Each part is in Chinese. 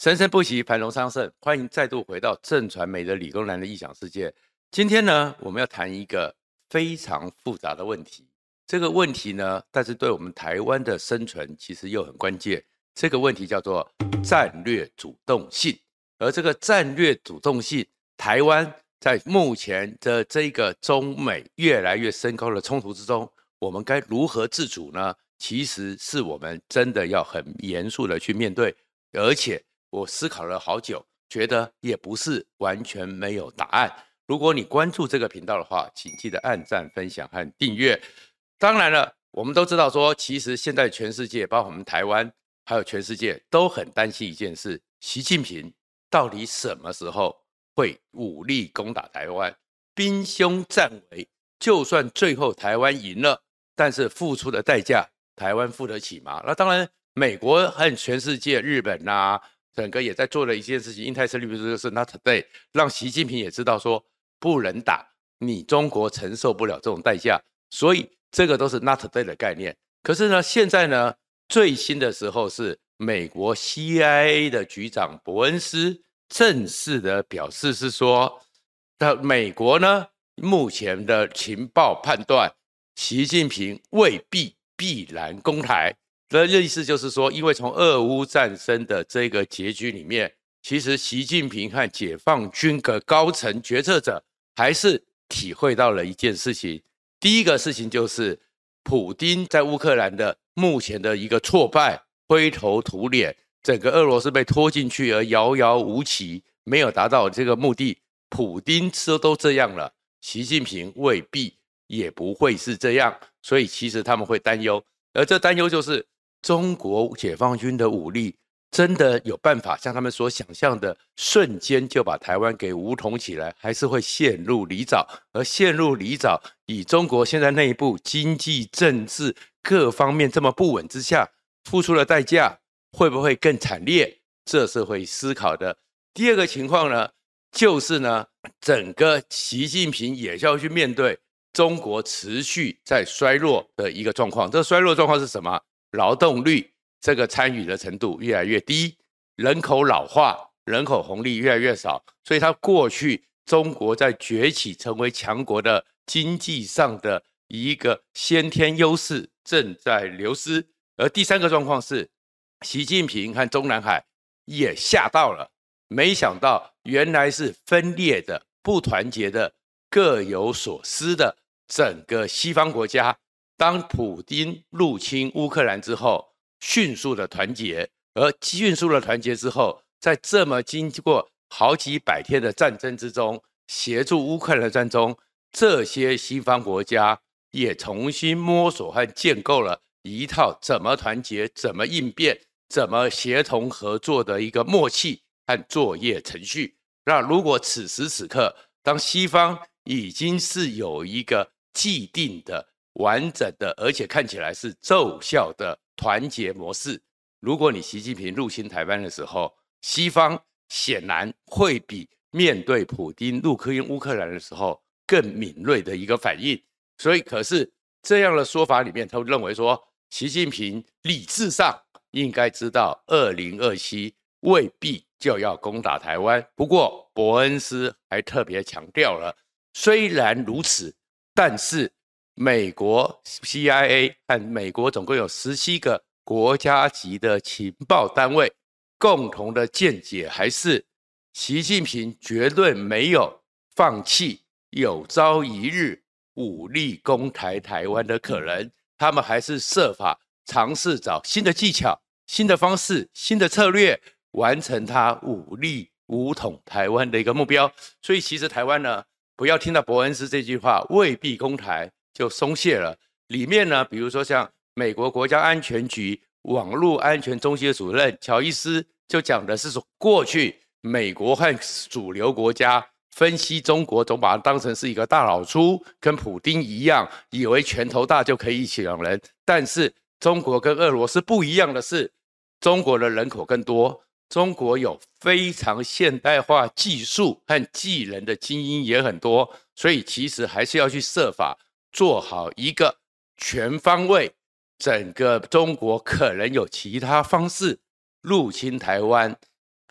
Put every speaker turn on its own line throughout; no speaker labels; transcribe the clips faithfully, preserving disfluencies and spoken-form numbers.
生生不息，繁荣昌盛。欢迎再度回到正传媒的理工男的异想世界。今天呢，我们要谈一个非常复杂的问题。这个问题呢，但是对我们台湾的生存其实又很关键。这个问题叫做战略主动性。而这个战略主动性，台湾在目前的这个中美越来越升高的冲突之中，我们该如何自主呢？其实是我们真的要很严肃的去面对，而且我思考了好久，觉得也不是完全没有答案。如果你关注这个频道的话，请记得按赞、分享和订阅。当然了，我们都知道说，其实现在全世界，包括我们台湾，还有全世界都很担心一件事：习近平到底什么时候会武力攻打台湾？兵凶战危，就算最后台湾赢了，但是付出的代价，台湾付得起吗？那当然，美国和全世界，日本啊，整个也在做了一件事情，印太胜利部就是 Not Today， 让习近平也知道说不能打，你中国承受不了这种代价，所以这个都是 Not Today 的概念。可是呢，现在呢，最新的时候是美国 C I A 的局长伯恩斯正式的表示是说，美国呢目前的情报判断，习近平未必必然攻台。的意思就是说，因为从俄乌战争的这个结局里面，其实习近平和解放军的高层决策者还是体会到了一件事情。第一个事情就是普丁在乌克兰的目前的一个挫败，灰头土脸，整个俄罗斯被拖进去而遥遥无期，没有达到这个目的。普丁都这样了，习近平未必也不会是这样，所以其实他们会担忧，而这担忧就是中国解放军的武力真的有办法像他们所想象的瞬间就把台湾给武统起来，还是会陷入泥沼？而陷入泥沼，以中国现在内部经济、政治各方面这么不稳之下，付出的代价会不会更惨烈？这是会思考的。第二个情况呢，就是呢，整个习近平也要去面对中国持续在衰弱的一个状况。这个衰弱状况是什么？劳动率这个参与的程度越来越低，人口老化，人口红利越来越少，所以它过去中国在崛起成为强国的经济上的一个先天优势正在流失。而第三个状况是，习近平和中南海也吓到了，没想到原来是分裂的、不团结的、各有所思的整个西方国家，当普丁入侵乌克兰之后，迅速的团结，而迅速的团结之后，在这么经过好几百天的战争之中，协助乌克兰的战争，这些西方国家也重新摸索和建构了一套怎么团结、怎么应变、怎么协同合作的一个默契和作业程序。那如果此时此刻，当西方已经是有一个既定的、完整的，而且看起来是奏效的团结模式，如果你习近平入侵台湾的时候，西方显然会比面对普丁入侵乌克兰的时候更敏锐的一个反应。所以可是这样的说法里面，他认为说习近平理智上应该知道二零二七未必就要攻打台湾。不过伯恩斯还特别强调了，虽然如此，但是美国 C I A 和美国总共有十七个国家级的情报单位共同的见解还是，习近平绝对没有放弃有朝一日武力攻台台湾的可能，他们还是设法尝试找新的技巧、新的方式、新的策略，完成他武力武统台湾的一个目标。所以其实台湾呢，不要听到伯恩斯这句话未必攻台就松懈了。里面呢，比如说像美国国家安全局网络安全中心的主任乔伊斯就讲的是说，过去美国和主流国家分析中国，总把它当成是一个大老粗，跟普丁一样，以为拳头大就可以一起养人。但是中国跟俄罗斯不一样的是，中国的人口更多，中国有非常现代化技术和技能的精英也很多，所以其实还是要去设法做好一个全方位，整个中国可能有其他方式入侵台湾，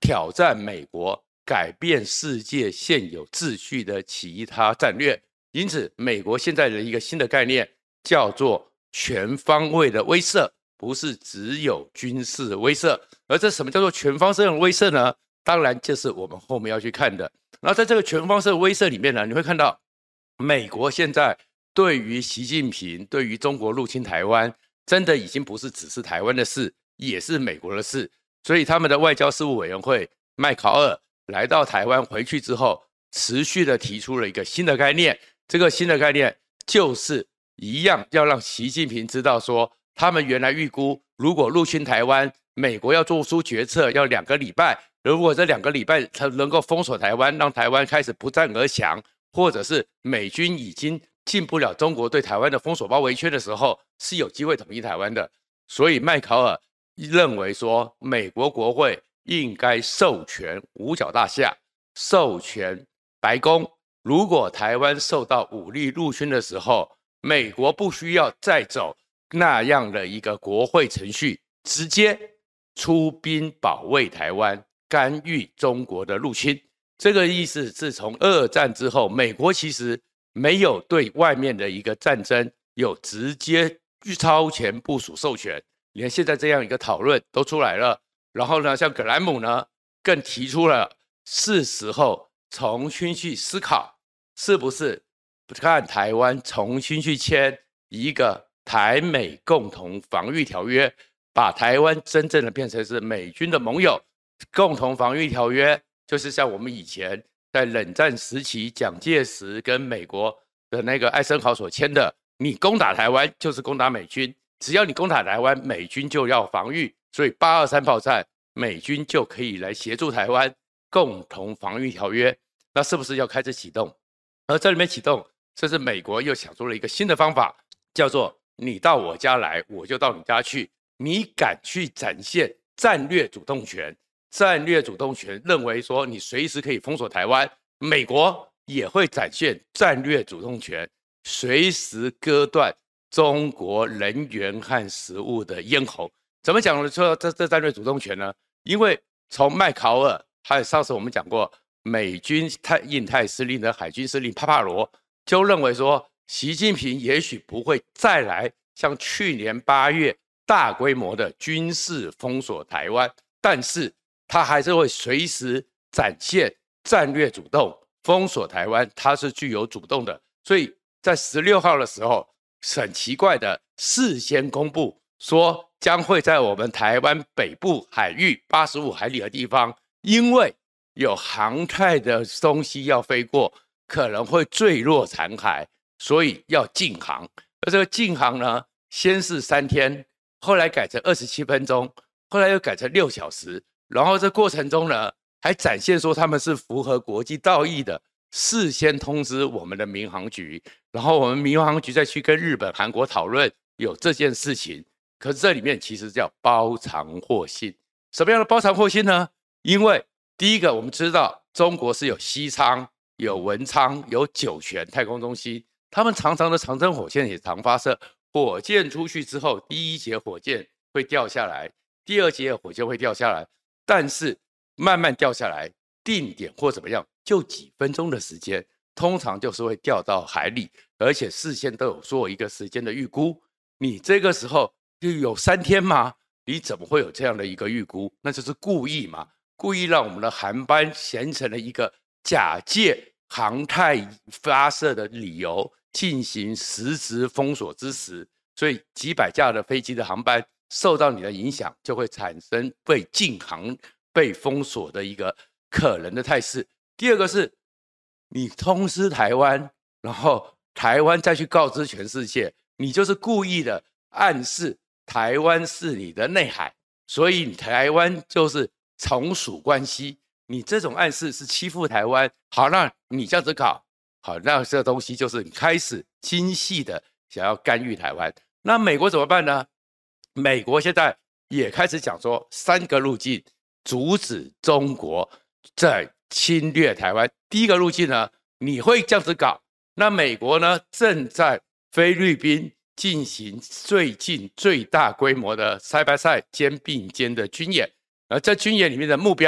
挑战美国改变世界现有秩序的其他战略。因此，美国现在的一个新的概念叫做全方位的威慑，不是只有军事威慑。而这什么叫做全方位的威慑呢？当然就是我们后面要去看的。然后在这个全方位威慑里面呢，你会看到美国现在对于习近平、对于中国入侵台湾，真的已经不是只是台湾的事，也是美国的事。所以他们的外交事务委员会麦考尔来到台湾回去之后，持续的提出了一个新的概念。这个新的概念就是一样要让习近平知道说，他们原来预估如果入侵台湾，美国要做出决策要两个礼拜，如果这两个礼拜他能够封锁台湾，让台湾开始不战而降，或者是美军已经进不了中国对台湾的封锁包围圈的时候，是有机会统一台湾的。所以麦考尔认为说，美国国会应该授权五角大厦，授权白宫，如果台湾受到武力入侵的时候，美国不需要再走那样的一个国会程序，直接出兵保卫台湾，干预中国的入侵。这个意思是从二战之后，美国其实没有对外面的一个战争有直接超前部署授权，连现在这样一个讨论都出来了。然后呢，像葛兰姆呢，更提出了是时候重新去思考，是不是看台湾重新去签一个台美共同防御条约，把台湾真正的变成是美军的盟友。共同防御条约就是像我们以前在冷战时期蒋介石跟美国的那个艾森豪所签的，你攻打台湾就是攻打美军，只要你攻打台湾，美军就要防御，所以八二三炮战美军就可以来协助台湾。共同防御条约，那是不是要开始启动？而这里面启动，这是美国又想出了一个新的方法，叫做你到我家来，我就到你家去。你敢去展现战略主动权？战略主动权认为说，你随时可以封锁台湾，美国也会展现战略主动权，随时割断中国人员和食物的咽喉。怎么讲呢？说这这战略主动权呢？因为从麦考尔，还有上次我们讲过，美军太印太司令的海军司令帕帕罗就认为说，习近平也许不会再来像去年八月大规模的军事封锁台湾，但是他还是会随时展现战略主动，封锁台湾，他是具有主动的。所以在十六号的时候，很奇怪的事先公布说，将会在我们台湾北部海域八十五海里的地方，因为有航太的东西要飞过，可能会坠落残骸，所以要禁航。而这个禁航呢，先是三天，后来改成二十七分钟，后来又改成六小时。然后这过程中呢，还展现说他们是符合国际道义的，事先通知我们的民航局，然后我们民航局再去跟日本、韩国讨论有这件事情。可是这里面其实叫包藏祸心。什么样的包藏祸心呢？因为第一个，我们知道中国是有西昌、有文昌、有酒泉太空中心，他们常常的长征火箭也常发射，火箭出去之后，第一节火箭会掉下来，第二节火箭会掉下来，但是慢慢掉下来，定点或怎么样，就几分钟的时间，通常就是会掉到海里，而且事先都有做一个时间的预估。你这个时候就有三天吗？你怎么会有这样的一个预估？那就是故意嘛，故意让我们的航班形成了一个假借航太发射的理由进行实质封锁之时，所以几百架的飞机的航班受到你的影响，就会产生被禁航、被封锁的一个可能的态势。第二个是，你通知台湾，然后台湾再去告知全世界，你就是故意的暗示台湾是你的内海，所以台湾就是从属关系。你这种暗示是欺负台湾。好，那你这样子搞，好，那这个东西就是你开始精细的想要干预台湾。那美国怎么办呢？美国现在也开始讲说三个路径阻止中国在侵略台湾。第一个路径呢，你会这样子搞，那美国呢正在菲律宾进行最近最大规模的 side by side 肩并肩的军演，而在军演里面的目标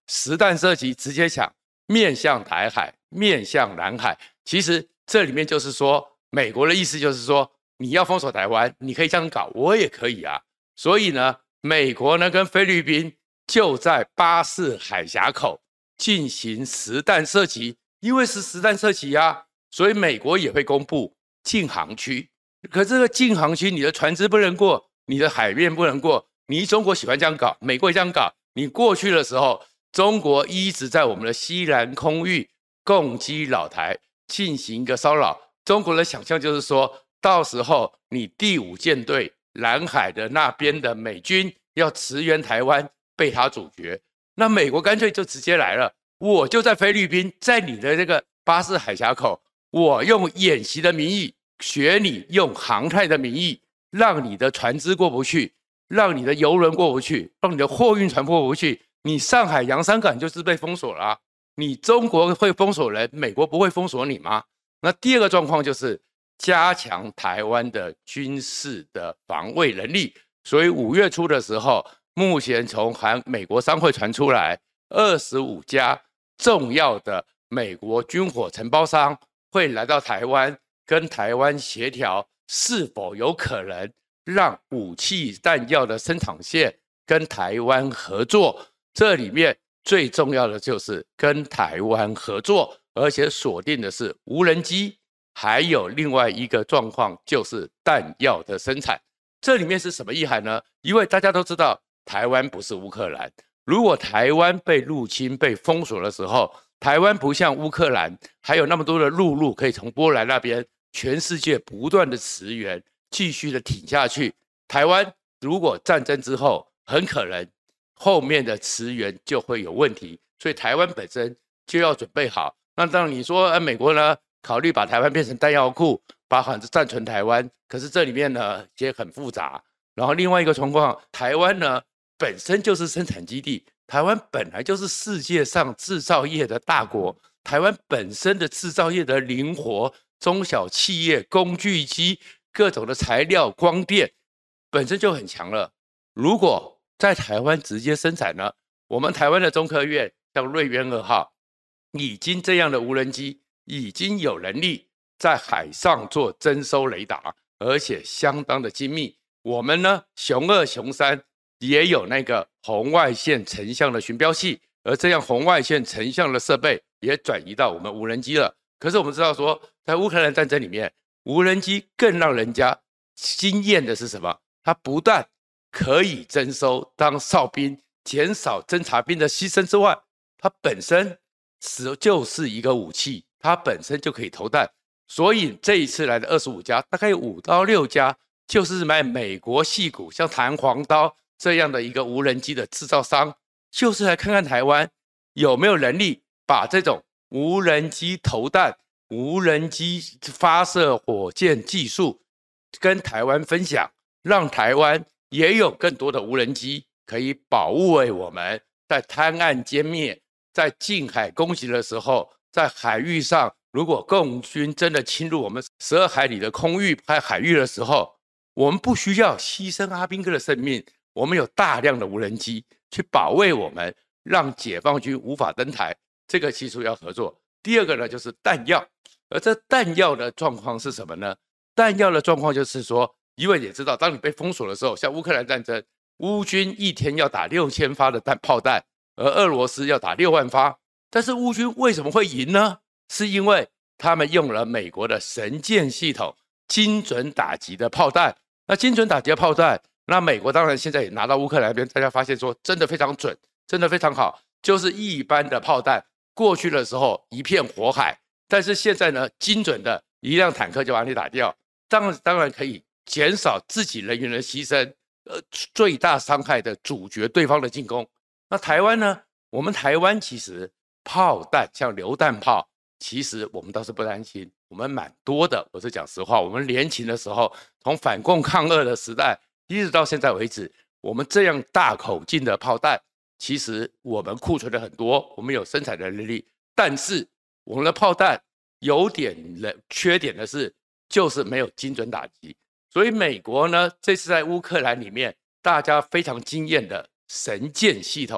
实弹射击直接想面向台海，面向南海。其实这里面就是说，美国的意思就是说，你要封锁台湾，你可以这样搞，我也可以啊。所以呢，美国呢跟菲律宾就在巴士海峡口进行实弹射击，因为是实弹射击啊，所以美国也会公布禁航区。可这个禁航区，你的船只不能过，你的海面不能过。你中国喜欢这样搞，美国也这样搞。你过去的时候，中国一直在我们的西南空域攻击老台，进行一个骚扰。中国的想象就是说，到时候你第五舰队南海的那边的美军要驰援台湾，被他阻绝。那美国干脆就直接来了，我就在菲律宾，在你的这个巴士海峡口，我用演习的名义学你用航太的名义，让你的船只过不去，让你的邮轮过不去，让你的货运船过不去。你上海洋山港就是被封锁了啊，你中国会封锁人，美国不会封锁你吗？那第二个状况就是加强台湾的军事的防卫能力。所以五月初的时候，目前从韩美国商会传出来，二十五家重要的美国军火承包商会来到台湾，跟台湾协调是否有可能让武器弹药的生产线跟台湾合作。这里面最重要的就是跟台湾合作，而且锁定的是无人机，还有另外一个状况就是弹药的生产。这里面是什么意涵呢？因为大家都知道台湾不是乌克兰，如果台湾被入侵被封锁的时候，台湾不像乌克兰还有那么多的陆路可以从波兰那边全世界不断的驰援继续的挺下去。台湾如果战争之后很可能后面的驰援就会有问题，所以台湾本身就要准备好。那当然你说、呃、美国呢考虑把台湾变成弹药库，把反暂存台湾，可是这里面呢也很复杂。然后另外一个状况，台湾呢本身就是生产基地，台湾本来就是世界上制造业的大国，台湾本身的制造业的灵活，中小企业工具机各种的材料光电本身就很强了。如果在台湾直接生产呢，我们台湾的中科院像瑞渊二号已经这样的无人机已经有能力在海上做征收雷达，而且相当的精密。我们呢雄二雄三也有那个红外线成像的寻标器，而这样红外线成像的设备也转移到我们无人机了。可是我们知道说，在乌克兰战争里面，无人机更让人家惊艳的是什么？它不但可以征收当哨兵，减少侦察兵的牺牲之外，它本身就是一个武器，它本身就可以投弹。所以这一次来的二十五家，大概有五到六家就是卖美国矽谷像弹簧刀这样的一个无人机的制造商，就是来看看台湾有没有能力把这种无人机投弹、无人机发射火箭技术跟台湾分享，让台湾也有更多的无人机可以保卫我们在滩岸歼灭，在近海攻击的时候，在海域上如果共军真的侵入我们十二海里的空域和海域的时候，我们不需要牺牲阿兵哥的生命，我们有大量的无人机去保卫我们，让解放军无法登台。这个技术要合作。第二个呢就是弹药，而这弹药的状况是什么呢？弹药的状况就是说，因为也知道当你被封锁的时候，像乌克兰战争，乌军一天要打六千发的弹炮弹，而俄罗斯要打六万发。但是乌军为什么会赢呢？是因为他们用了美国的神剑系统，精准打击的炮弹。那精准打击的炮弹，那美国当然现在也拿到乌克兰那边，大家发现说真的非常准，真的非常好，就是一般的炮弹过去的时候一片火海，但是现在呢，精准的一辆坦克就把你打掉，当然当然可以减少自己人员的牺牲，呃，最大伤害的阻绝对方的进攻。那台湾呢？我们台湾其实炮弹像榴弹炮，其实我们倒是不担心，我们蛮多的。我是讲实话，我们联勤的时候，从反共抗俄的时代一直到现在为止，我们这样大口径的炮弹，其实我们库存的很多，我们有生产的能力，但是我们的炮弹有点缺点的是，就是没有精准打击。所以美国呢，这次在乌克兰里面，大家非常惊艳的神剑系统。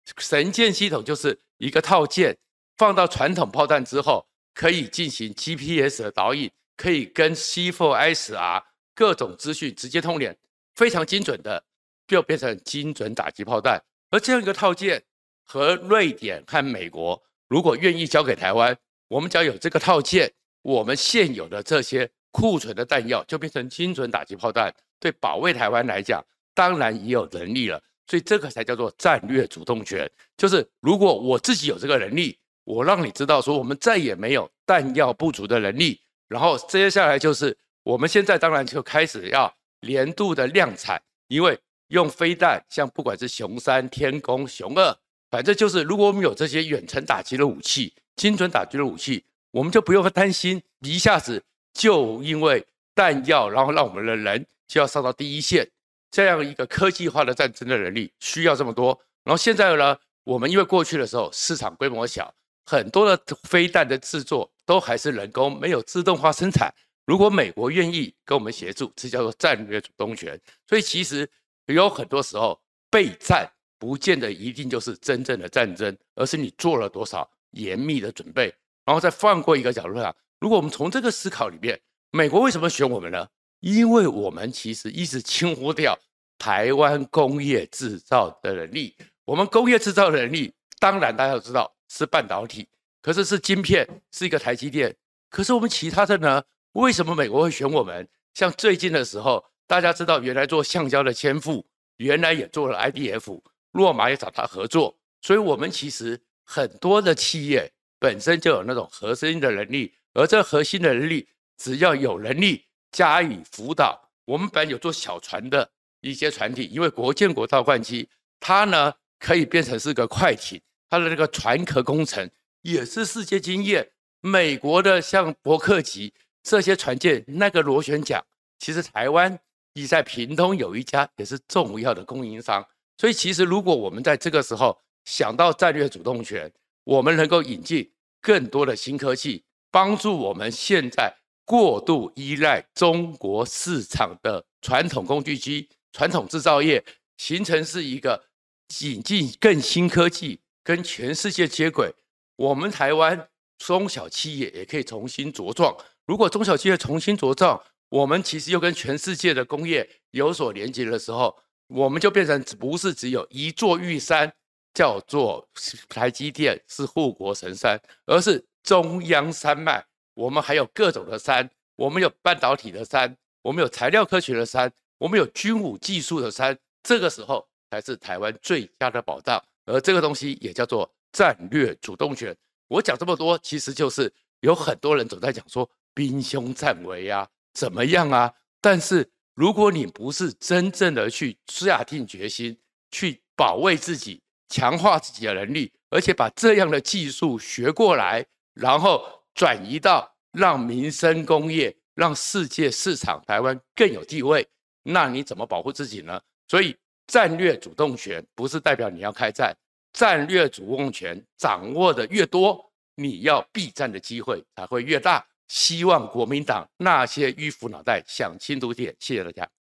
神剑系统就是一个套件，放到传统炮弹之后，可以进行 G P S 的导引，可以跟 C 四 S R 各种资讯直接通联，非常精准的，就变成精准打击炮弹。而这样一个套件，和瑞典和美国如果愿意交给台湾，我们只要有这个套件，我们现有的这些库存的弹药就变成精准打击炮弹，对保卫台湾来讲，当然也有能力了。所以这个才叫做战略主动权，就是如果我自己有这个能力，我让你知道说我们再也没有弹药不足的能力，然后接下来就是我们现在当然就开始要年度的量产，因为用飞弹，像不管是雄三、天弓、雄二，反正就是如果我们有这些远程打击的武器、精准打击的武器，我们就不用担心一下子就因为弹药，然后让我们的人就要上到第一线。这样一个科技化的战争的能力需要这么多，然后现在呢，我们因为过去的时候市场规模小，很多的飞弹的制作都还是人工，没有自动化生产。如果美国愿意跟我们协助，这叫做战略主动权。所以其实有很多时候备战不见得一定就是真正的战争，而是你做了多少严密的准备。然后再放过一个角度上，如果我们从这个思考里面，美国为什么选我们呢？因为我们其实一直轻忽掉台湾工业制造的能力。我们工业制造的能力，当然大家都知道是半导体，可是是晶片，是一个台积电。可是我们其他的呢？为什么美国会选我们？像最近的时候，大家知道原来做橡胶的千富，原来也做了 I D F， 洛马也找他合作。所以我们其实很多的企业本身就有那种核心的能力，而这核心的能力，只要有能力加以辅导，我们本来有做小船的一些船体，因为国建国造换机，它呢可以变成是个快艇，它的那个船壳工程也是世界经验。美国的像伯克级这些船舰，那个螺旋桨，其实台湾也在屏东有一家也是重要的供应商。所以其实如果我们在这个时候想到战略主动权，我们能够引进更多的新科技，帮助我们现在过度依赖中国市场的传统工具机、传统制造业，形成是一个引进更新科技，跟全世界接轨。我们台湾中小企业也可以重新茁壮。如果中小企业重新茁壮，我们其实又跟全世界的工业有所连接的时候，我们就变成不是只有一座玉山，叫做台积电是护国神山，而是中央山脉。我们还有各种的山，我们有半导体的山，我们有材料科学的山，我们有军武技术的山，这个时候才是台湾最佳的保障。而这个东西也叫做战略主动权。我讲这么多，其实就是有很多人总在讲说兵凶战危啊，怎么样啊？但是如果你不是真正的去下定决心，去保卫自己，强化自己的能力，而且把这样的技术学过来，然后转移到让民生工业、让世界市场台湾更有地位，那你怎么保护自己呢？所以战略主动权不是代表你要开战，战略主动权掌握的越多，你要避战的机会才会越大。希望国民党那些迂腐脑袋想清楚点。谢谢大家。